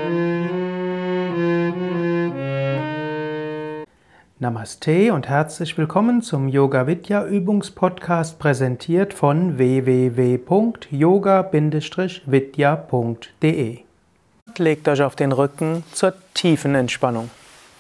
Namaste und herzlich willkommen zum Yoga Vidya Übungspodcast, präsentiert von www.yoga-vidya.de. Legt euch auf den Rücken zur tiefen Entspannung.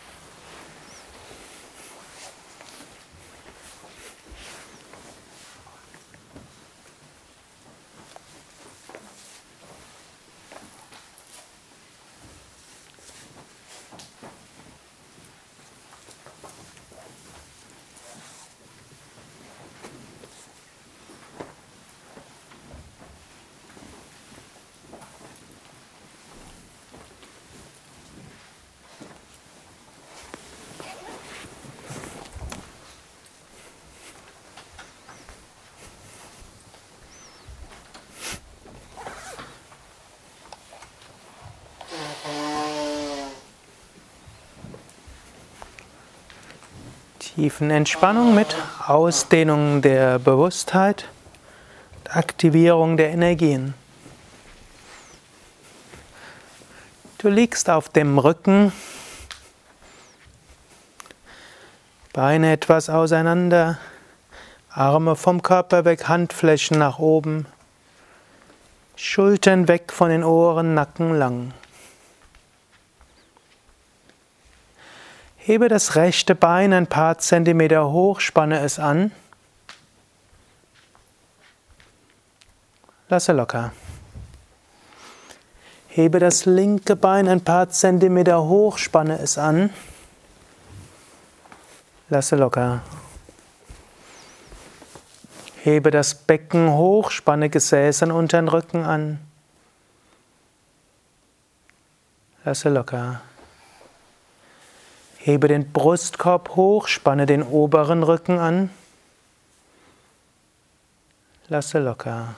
Tiefen Entspannung mit Ausdehnung der Bewusstheit, Aktivierung der Energien. Du liegst auf dem Rücken, Beine etwas auseinander, Arme vom Körper weg, Handflächen nach oben, Schultern weg von den Ohren, Nacken lang. Hebe das rechte Bein ein paar Zentimeter hoch, spanne es an. Lasse locker. Hebe das linke Bein ein paar Zentimeter hoch, spanne es an. Lasse locker. Hebe das Becken hoch, spanne Gesäß und unteren Rücken an. Lasse locker. Hebe den Brustkorb hoch, spanne den oberen Rücken an. Lasse locker.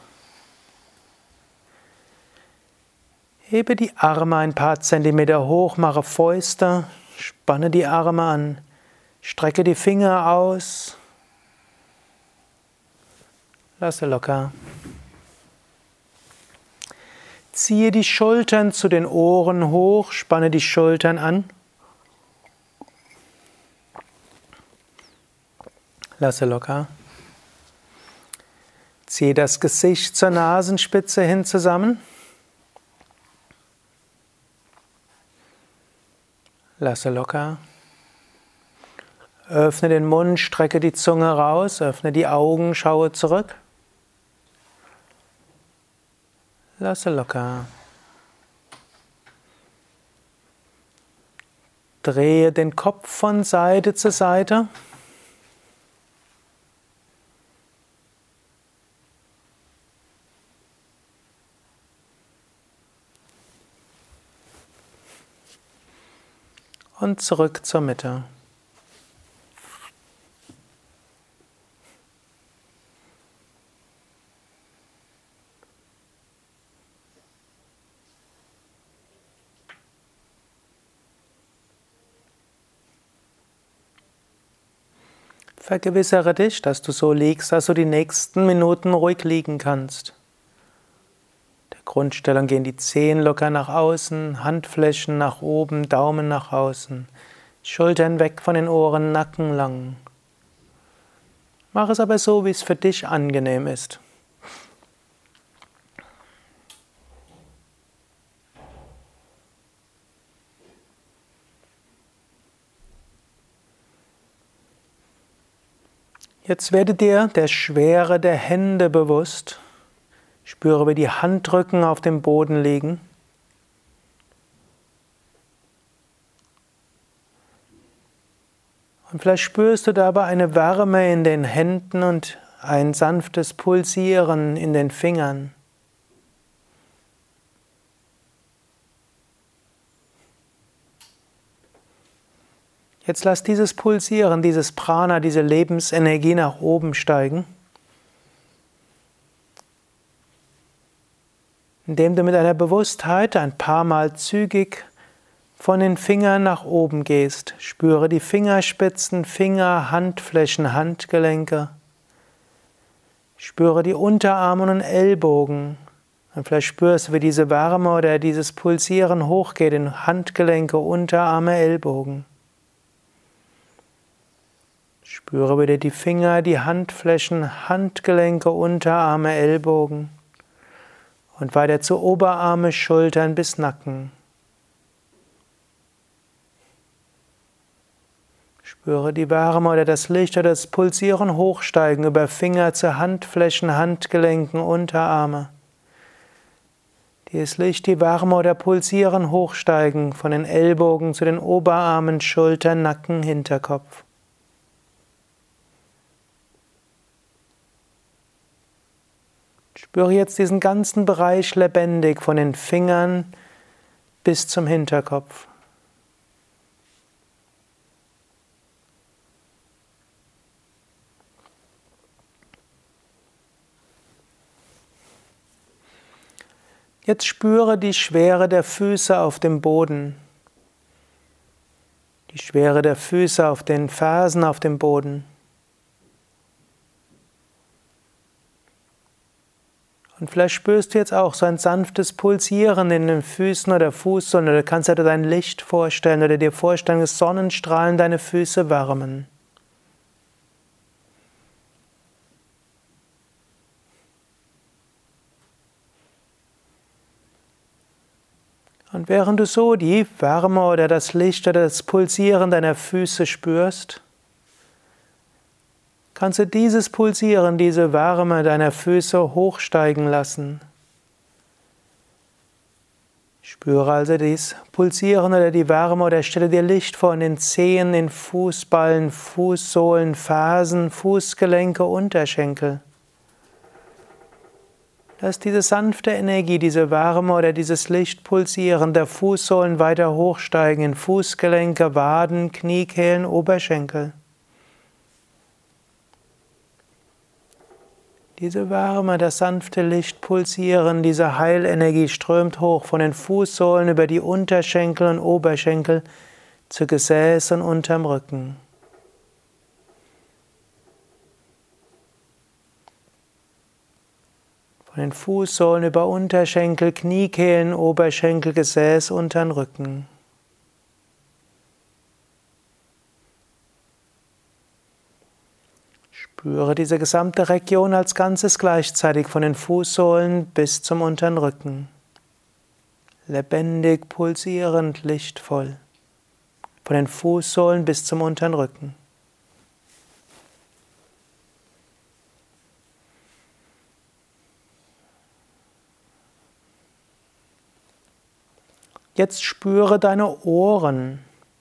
Hebe die Arme ein paar Zentimeter hoch, mache Fäuste, spanne die Arme an, strecke die Finger aus. Lasse locker. Ziehe die Schultern zu den Ohren hoch, spanne die Schultern an. Lasse locker. Ziehe das Gesicht zur Nasenspitze hin zusammen. Lasse locker. Öffne den Mund, strecke die Zunge raus, öffne die Augen, schaue zurück. Lasse locker. Drehe den Kopf von Seite zu Seite. Und zurück zur Mitte. Vergewissere dich, dass du so liegst, dass du die nächsten Minuten ruhig liegen kannst. Grundstellung gehen die Zehen locker nach außen, Handflächen nach oben, Daumen nach außen, Schultern weg von den Ohren, Nacken lang. Mach es aber so, wie es für dich angenehm ist. Jetzt werde dir der Schwere der Hände bewusst. Spüre, wie die Handrücken auf dem Boden liegen. Und vielleicht spürst du dabei eine Wärme in den Händen und ein sanftes Pulsieren in den Fingern. Jetzt lass dieses Pulsieren, dieses Prana, diese Lebensenergie nach oben steigen, indem du mit einer Bewusstheit ein paar Mal zügig von den Fingern nach oben gehst. Spüre die Fingerspitzen, Finger, Handflächen, Handgelenke. Spüre die Unterarme und Ellbogen. Und vielleicht spürst du, wie diese Wärme oder dieses Pulsieren hochgeht in Handgelenke, Unterarme, Ellbogen. Spüre wieder die Finger, die Handflächen, Handgelenke, Unterarme, Ellbogen und weiter zu Oberarme, Schultern bis Nacken. Spüre die Wärme oder das Licht oder das Pulsieren hochsteigen über Finger zu Handflächen, Handgelenken, Unterarme. Dieses Licht, die Wärme oder Pulsieren hochsteigen von den Ellbogen zu den Oberarmen, Schultern, Nacken, Hinterkopf. Spüre jetzt diesen ganzen Bereich lebendig, von den Fingern bis zum Hinterkopf. Jetzt spüre die Schwere der Füße auf dem Boden. Die Schwere der Füße auf den Fersen auf dem Boden. Und vielleicht spürst du jetzt auch so ein sanftes Pulsieren in den Füßen oder Fußsohlen, oder du kannst dir dein Licht vorstellen oder dir vorstellen, dass Sonnenstrahlen deine Füße wärmen. Und während du so die Wärme oder das Licht oder das Pulsieren deiner Füße spürst, kannst du dieses Pulsieren, diese Wärme deiner Füße hochsteigen lassen. Spüre also dies Pulsieren oder die Wärme oder stelle dir Licht vor in den Zehen, in Fußballen, Fußsohlen, Fersen, Fußgelenke, Unterschenkel. Lass diese sanfte Energie, diese Wärme oder dieses Licht pulsieren der Fußsohlen weiter hochsteigen in Fußgelenke, Waden, Kniekehlen, Oberschenkel. Diese Wärme, das sanfte Licht pulsieren, diese Heilenergie strömt hoch von den Fußsohlen über die Unterschenkel und Oberschenkel zu Gesäß und unterm Rücken. Von den Fußsohlen über Unterschenkel, Kniekehlen, Oberschenkel, Gesäß, untern Rücken. Spüre diese gesamte Region als Ganzes gleichzeitig von den Fußsohlen bis zum unteren Rücken. Lebendig, pulsierend, lichtvoll. Von den Fußsohlen bis zum unteren Rücken. Jetzt spüre deine Ohren.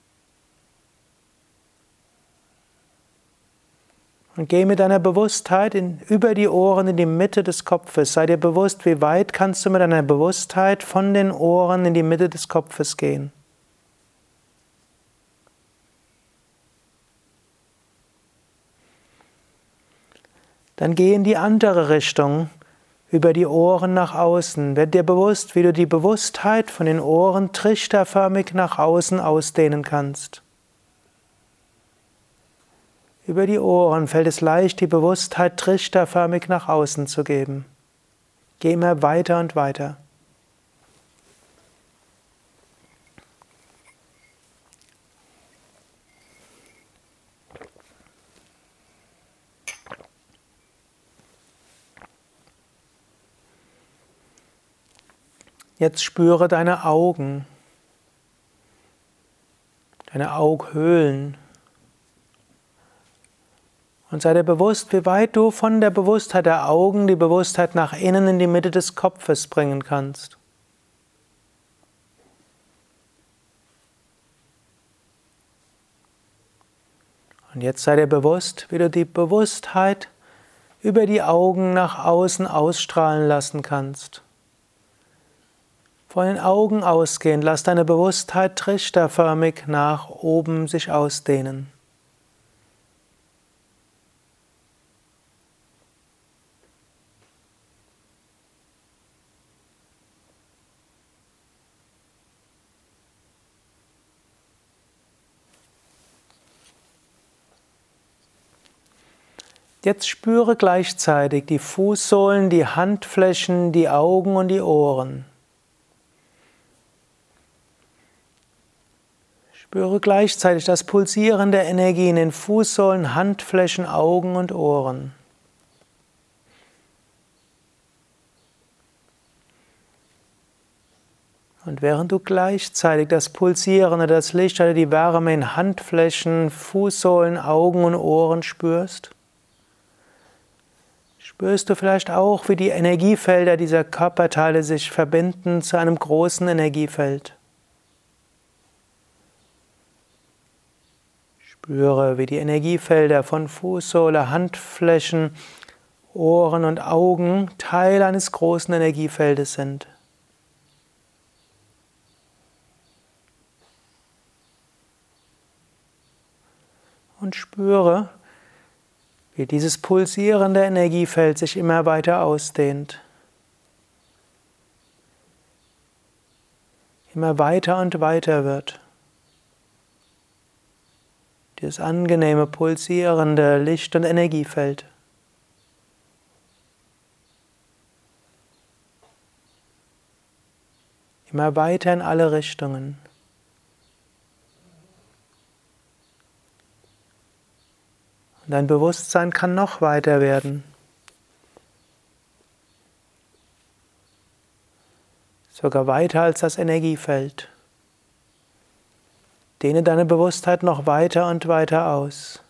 Und geh mit deiner Bewusstheit über die Ohren in die Mitte des Kopfes. Sei dir bewusst, wie weit kannst du mit deiner Bewusstheit von den Ohren in die Mitte des Kopfes gehen. Dann geh in die andere Richtung, über die Ohren nach außen. Werd dir bewusst, wie du die Bewusstheit von den Ohren trichterförmig nach außen ausdehnen kannst. Über die Ohren fällt es leicht, die Bewusstheit trichterförmig nach außen zu geben. Geh immer weiter und weiter. Jetzt spüre deine Augen, deine Aughöhlen. Und sei dir bewusst, wie weit du von der Bewusstheit der Augen die Bewusstheit nach innen in die Mitte des Kopfes bringen kannst. Und jetzt sei dir bewusst, wie du die Bewusstheit über die Augen nach außen ausstrahlen lassen kannst. Von den Augen ausgehend, lass deine Bewusstheit trichterförmig nach oben sich ausdehnen. Jetzt spüre gleichzeitig die Fußsohlen, die Handflächen, die Augen und die Ohren. Spüre gleichzeitig das Pulsieren der Energie in den Fußsohlen, Handflächen, Augen und Ohren. Und während du gleichzeitig das Pulsieren oder das Licht oder die Wärme in Handflächen, Fußsohlen, Augen und Ohren spürst, spürst du vielleicht auch, wie die Energiefelder dieser Körperteile sich verbinden zu einem großen Energiefeld. Spüre, wie die Energiefelder von Fußsohle, Handflächen, Ohren und Augen Teil eines großen Energiefeldes sind. Und spüre, wie dieses pulsierende Energiefeld sich immer weiter ausdehnt. Immer weiter und weiter wird. Dieses angenehme, pulsierende Licht- und Energiefeld. Immer weiter in alle Richtungen. Und dein Bewusstsein kann noch weiter werden. Sogar weiter als das Energiefeld. Dehne deine Bewusstheit noch weiter und weiter aus.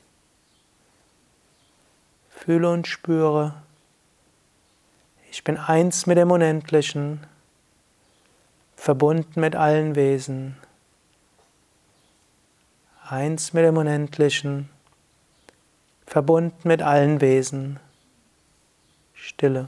Fühle und spüre, ich bin eins mit dem Unendlichen, verbunden mit allen Wesen. Eins mit dem Unendlichen, verbunden mit allen Wesen. Stille.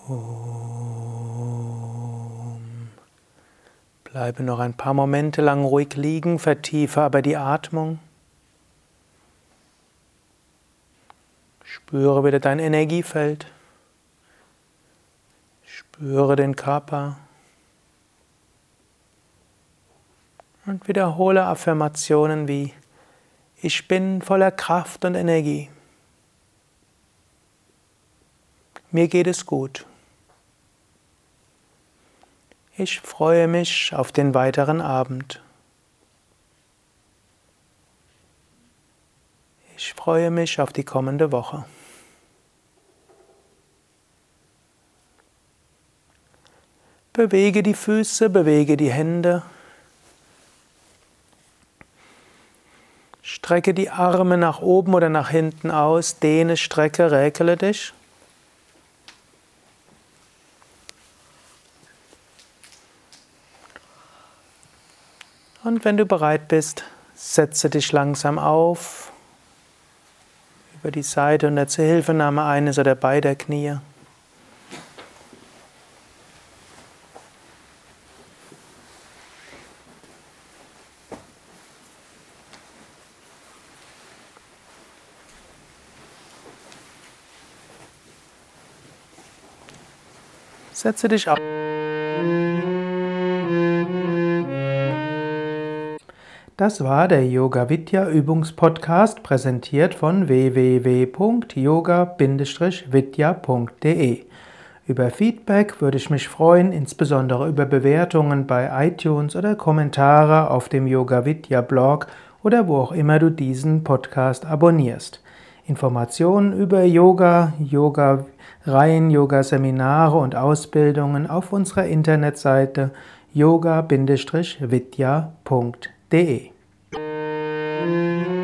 Om. Bleibe noch ein paar Momente lang ruhig liegen, vertiefe aber die Atmung. Spüre wieder dein Energiefeld. Spüre den Körper. Und wiederhole Affirmationen wie: Ich bin voller Kraft und Energie. Mir geht es gut. Ich freue mich auf den weiteren Abend. Ich freue mich auf die kommende Woche. Bewege die Füße, bewege die Hände. Strecke die Arme nach oben oder nach hinten aus, dehne, strecke, räkele dich. Und wenn du bereit bist, setze dich langsam auf, über die Seite unter Zuhilfenahme eines oder beider Knie. Setze dich auf. Das war der Yoga Vidya Übungspodcast, präsentiert von www.yoga-vidya.de. Über Feedback würde ich mich freuen, insbesondere über Bewertungen bei iTunes oder Kommentare auf dem Yoga Vidya Blog oder wo auch immer du diesen Podcast abonnierst. Informationen über Yoga, Yoga-Reihen, Yoga-Seminare und Ausbildungen auf unserer Internetseite yoga-vidya.de